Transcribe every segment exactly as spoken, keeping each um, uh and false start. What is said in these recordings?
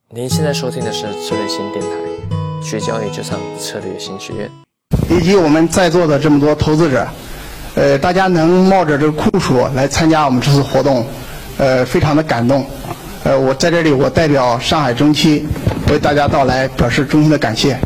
您现在收听的是策略新电台，学交易就上策略新学院。 以及我们在座的这么多投资者，呃，大家能冒着这个酷暑来参加我们这次活动，呃，非常的感动。呃，我在这里，我代表上海中期为大家到来表示衷心的感谢。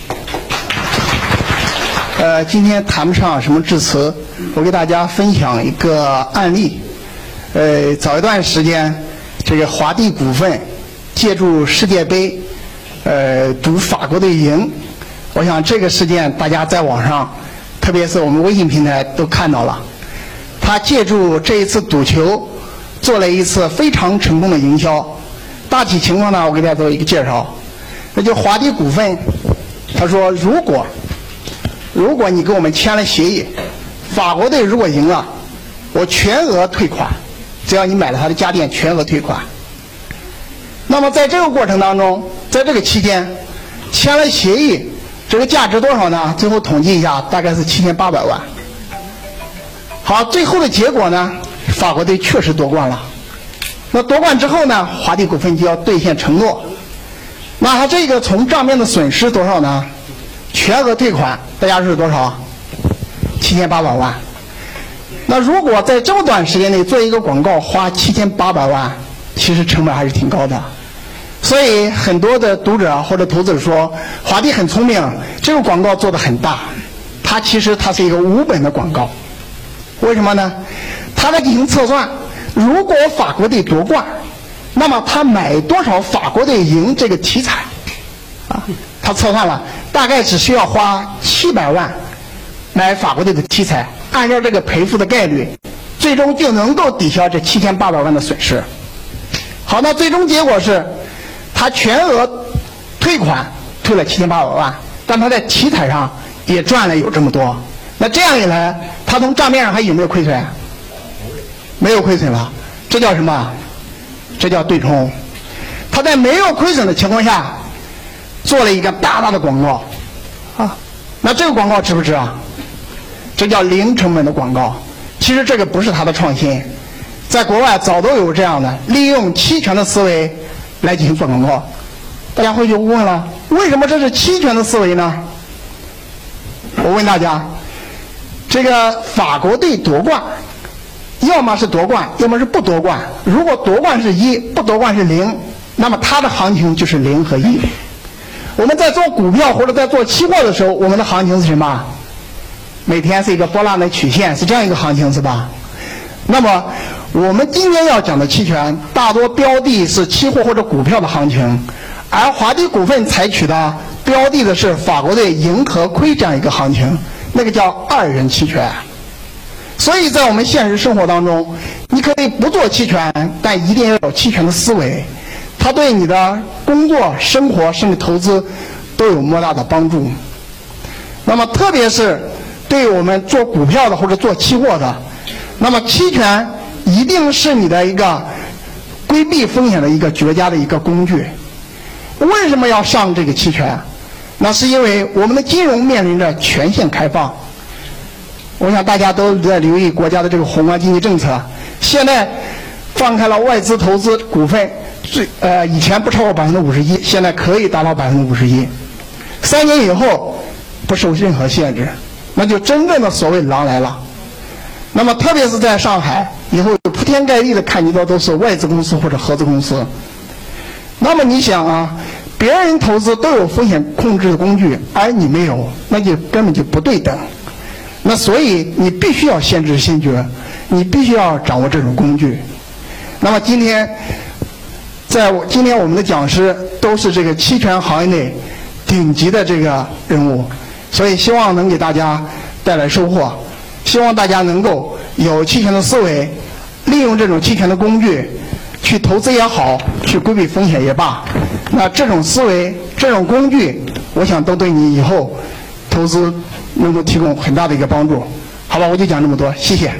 呃，今天谈不上什么致辞，我给大家分享一个案例。呃，早一段时间，这个华帝股份借助世界杯，呃，赌法国队赢。我想这个事件大家在网上，特别是我们微信平台都看到了。他借助这一次赌球，做了一次非常成功的营销。大体情况呢，我给大家做一个介绍。那就华帝股份，他说如果如果你跟我们签了协议，法国队如果赢了，我全额退款，只要你买了他的家电，全额退款。那么在这个过程当中，在这个期间签了协议，这个价值多少呢？最后统计一下，大概是七千八百万。好，最后的结果呢，法国队确实夺冠了。那夺冠之后呢，华帝股份就要兑现承诺。那他这个从账面的损失多少呢？全额退款，大家是多少？七千八百万。那如果在这么短时间内做一个广告，花七千八百万，其实成本还是挺高的。所以很多的读者或者投资者说，华帝很聪明，这个广告做得很大。它其实它是一个无本的广告。为什么呢？他在进行测算，如果法国队夺冠，那么他买多少法国队赢这个题材啊？他测算了，大概只需要花七百万买法国队的题材，按照这个赔付的概率，最终就能够抵消这七千八百万的损失。好，那最终结果是，他全额退款，退了七千八百万，但他在题材上也赚了有这么多。那这样一来，他从账面上还有没有亏损？没有亏损了，这叫什么？这叫对冲。他在没有亏损的情况下，做了一个大大的广告，啊，那这个广告值不值啊？这叫零成本的广告。其实这个不是他的创新，在国外早都有这样的，利用期权的思维来进行做广告。大家会就问了，为什么这是期权的思维呢？我问大家，这个法国队夺冠，要么是夺冠，要么是不夺冠。如果夺冠是一，不夺冠是零，那么它的行情就是零和一。我们在做股票或者在做期货的时候，我们的行情是什么？每天是一个波浪的曲线，是这样一个行情，是吧？那么我们今天要讲的期权，大多标的是期货或者股票的行情，而华帝股份采取的标的的是法国队赢和亏这样一个行情，那个叫二元期权。所以在我们现实生活当中，你可以不做期权，但一定要有期权的思维，它对你的工作、生活甚至投资都有莫大的帮助。那么特别是对我们做股票的或者做期货的，那么期权一定是你的一个规避风险的一个绝佳的一个工具。为什么要上这个期权？那是因为我们的金融面临着全线开放。我想大家都在留意国家的这个宏观经济政策，现在放开了外资投资股份，最呃以前不超过百分之五十一，现在可以达到百分之五十一，三年以后不受任何限制，那就真正的所谓狼来了。那么特别是在上海，以后铺天盖地的看到都是外资公司或者合资公司。那么你想啊，别人投资都有风险控制的工具，而你没有，那就根本就不对等。那所以你必须要先知先觉，你必须要掌握这种工具。那么今天，在我今天我们的讲师都是这个期权行业内顶级的这个人物，所以希望能给大家带来收获。希望大家能够有期权的思维，利用这种期权的工具去投资也好，去规避风险也罢。那这种思维、这种工具，我想都对你以后投资能够提供很大的一个帮助。好吧，我就讲这么多，谢谢。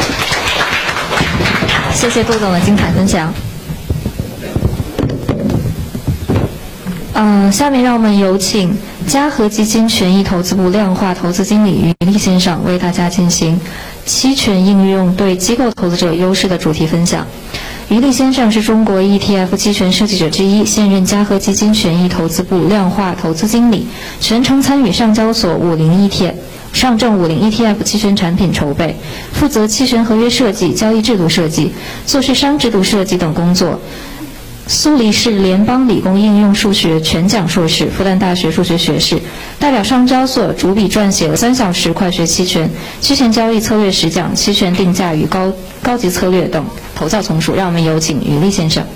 谢谢杜总的精彩分享。嗯、呃，下面让我们有请嘉禾基金权益投资部量化投资经理于立先生为大家进行期权应用对机构投资者优势的主题分享。 于立先生是中国 E T F 期权设计者之一，现任嘉禾基金权益投资部量化投资经理，全程参与上交所五零 E T F。上证五零 E T F 期权产品筹备，负责期权合约设计、交易制度设计、做市商制度设计等工作。苏黎世联邦理工应用数学全奖硕士，复旦大学数学学士，代表上交所主笔撰写了三小时快学期权、期权交易策略十讲、期权定价与高高级策略等头教丛书。让我们有请于立先生。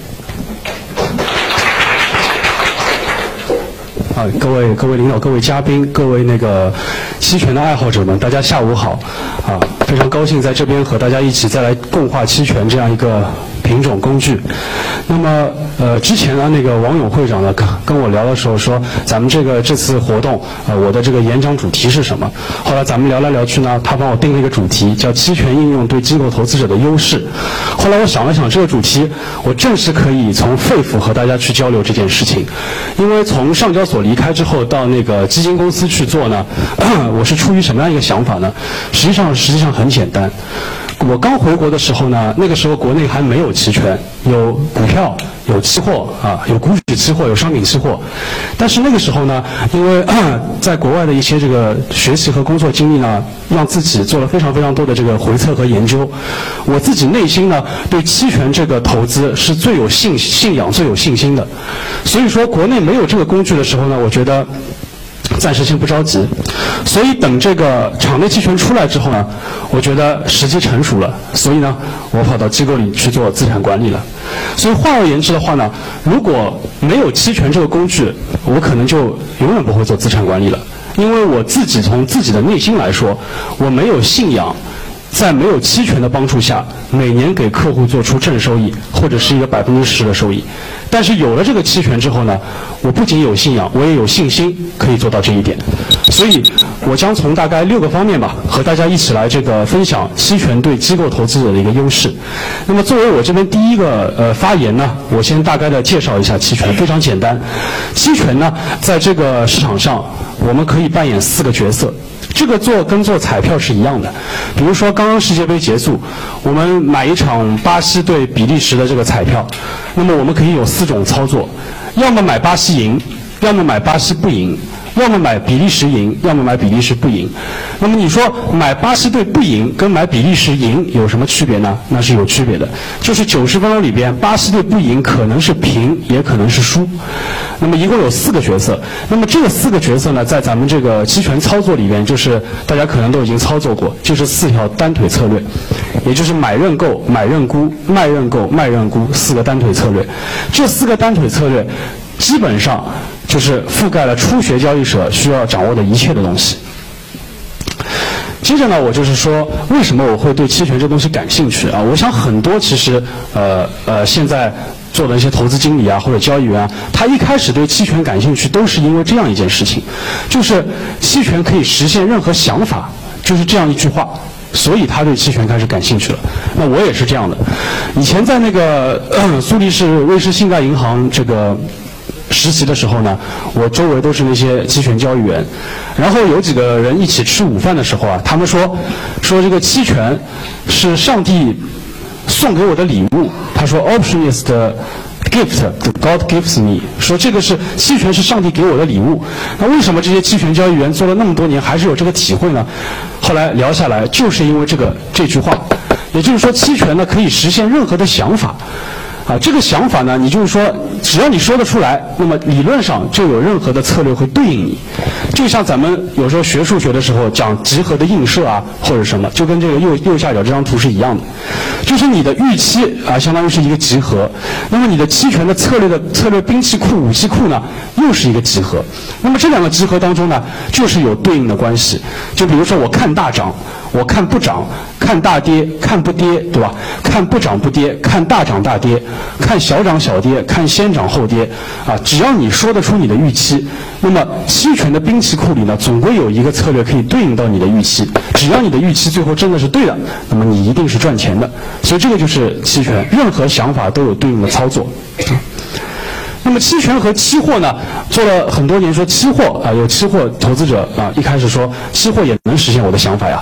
啊，各位各位领导、各位嘉宾、各位那个期权的爱好者们，大家下午好！啊，非常高兴在这边和大家一起再来共话期权这样一个品种工具。那么，呃，之前呢，那个王勇会长呢跟跟我聊的时候说，咱们这个这次活动，呃，我的这个演讲主题是什么？后来咱们聊来聊去呢，他帮我定了一个主题，叫期权应用对机构投资者的优势。后来我想了想，这个主题我正是可以从肺腑和大家去交流这件事情，因为从上交所离开之后到那个基金公司去做呢，我是出于什么样一个想法呢？实际上实际上很简单。我刚回国的时候呢，那个时候国内还没有期权，有股票，有期货啊，有股指期货，有商品期货。但是那个时候呢，因为在国外的一些这个学习和工作经历呢，让自己做了非常非常多的这个回测和研究。我自己内心呢，对期权这个投资是最有信信仰、最有信心的。所以说，国内没有这个工具的时候呢，我觉得暂时先不着急，所以等这个场内期权出来之后呢，我觉得时机成熟了，所以呢，我跑到机构里去做资产管理了。所以换而言之的话呢，如果没有期权这个工具，我可能就永远不会做资产管理了，因为我自己从自己的内心来说，我没有信仰在没有期权的帮助下，每年给客户做出正收益，或者是一个百分之十的收益。但是有了这个期权之后呢，我不仅有信仰，我也有信心可以做到这一点。所以，我将从大概六个方面吧，和大家一起来这个分享期权对机构投资者的一个优势。那么，作为我这边第一个呃发言呢，我先大概的介绍一下期权，非常简单。期权呢，在这个市场上，我们可以扮演四个角色。这个做跟做彩票是一样的，比如说刚刚世界杯结束，我们买一场巴西对比利时的这个彩票，那么我们可以有四种操作，要么买巴西赢，要么买巴西不赢，要么买比利时赢，要么买比利时不赢。那么你说买巴西队不赢跟买比利时赢有什么区别呢？那是有区别的，就是九十分钟里边，巴西队不赢可能是平，也可能是输。那么一共有四个角色，那么这个四个角色呢，在咱们这个期权操作里边，就是大家可能都已经操作过，就是四条单腿策略，也就是买认购、买认沽、卖认购、卖认沽四个单腿策略。这四个单腿策略基本上就是覆盖了初学交易者需要掌握的一切的东西。接着呢，我就是说，为什么我会对期权这东西感兴趣啊？我想很多其实呃呃现在做的一些投资经理啊或者交易员啊，他一开始对期权感兴趣，都是因为这样一件事情，就是期权可以实现任何想法，就是这样一句话。所以他对期权开始感兴趣了。那我也是这样的。以前在那个、呃、苏黎世威士信贷银行这个实习的时候呢，我周围都是那些期权交易员，然后有几个人一起吃午饭的时候啊，他们说说这个期权是上帝送给我的礼物。他说 option is the gift that God gives me， 说这个是期权是上帝给我的礼物。那为什么这些期权交易员做了那么多年还是有这个体会呢？后来聊下来，就是因为这个这句话，也就是说期权呢可以实现任何的想法。啊，这个想法呢，你就是说，只要你说得出来，那么理论上就有任何的策略会对应你。就像咱们有时候学数学的时候讲集合的映射啊，或者什么，就跟这个右右下角这张图是一样的，就是你的预期啊，相当于是一个集合。那么你的期权的策略的策略兵器库、武器库呢，又是一个集合。那么这两个集合当中呢，就是有对应的关系。就比如说我看大涨，我看不涨，看大跌，看不跌，对吧？看不涨不跌，看大涨大跌，看小涨小跌，看先涨后跌，啊，只要你说得出你的预期，那么期权的兵器库里呢，总归有一个策略可以对应到你的预期。只要你的预期最后真的是对的，那么你一定是赚钱的。所以这个就是期权，任何想法都有对应的操作。那么期权和期货呢，做了很多年，说期货啊，有期货投资者啊，一开始说期货也能实现我的想法呀，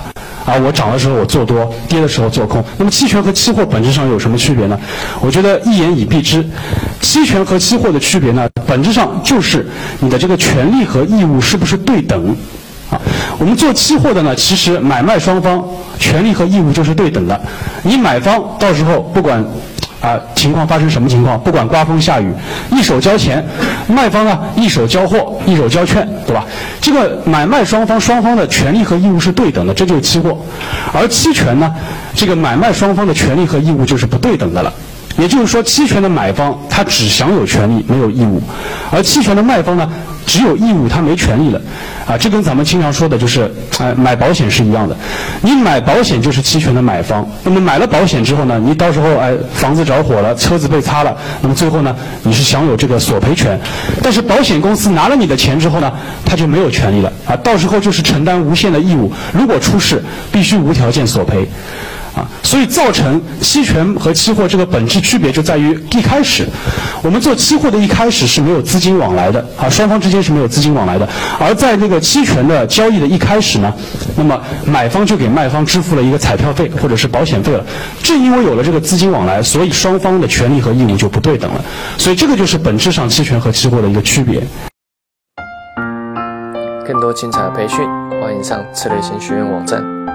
啊，我涨的时候我做多，跌的时候做空。那么期权和期货本质上有什么区别呢？我觉得一言以蔽之，期权和期货的区别呢，本质上就是你的这个权利和义务是不是对等。啊，我们做期货的呢，其实买卖双方权利和义务就是对等的。你买方到时候不管啊情况发生什么情况，不管刮风下雨，一手交钱，卖方呢一手交货，一手交券，对吧？这个买卖双方双方的权利和义务是对等的，这就是期货。而期权呢，这个买卖双方的权利和义务就是不对等的了。也就是说，期权的买方他只享有权利没有义务，而期权的卖方呢只有义务他没权利了。啊，这跟咱们经常说的就是，呃，买保险是一样的。你买保险就是期权的买方，那么买了保险之后呢，你到时候哎房子着火了，车子被擦了，那么最后呢你是享有这个索赔权。但是保险公司拿了你的钱之后呢，他就没有权利了啊，到时候就是承担无限的义务，如果出事必须无条件索赔。啊，所以造成期权和期货这个本质区别就在于，一开始我们做期货的一开始是没有资金往来的啊，双方之间是没有资金往来的，而在那个期权的交易的一开始呢，那么买方就给卖方支付了一个彩票费或者是保险费了。正因为有了这个资金往来，所以双方的权利和义务就不对等了，所以这个就是本质上期权和期货的一个区别。 更多精彩的培训，欢迎上策略型学院网站。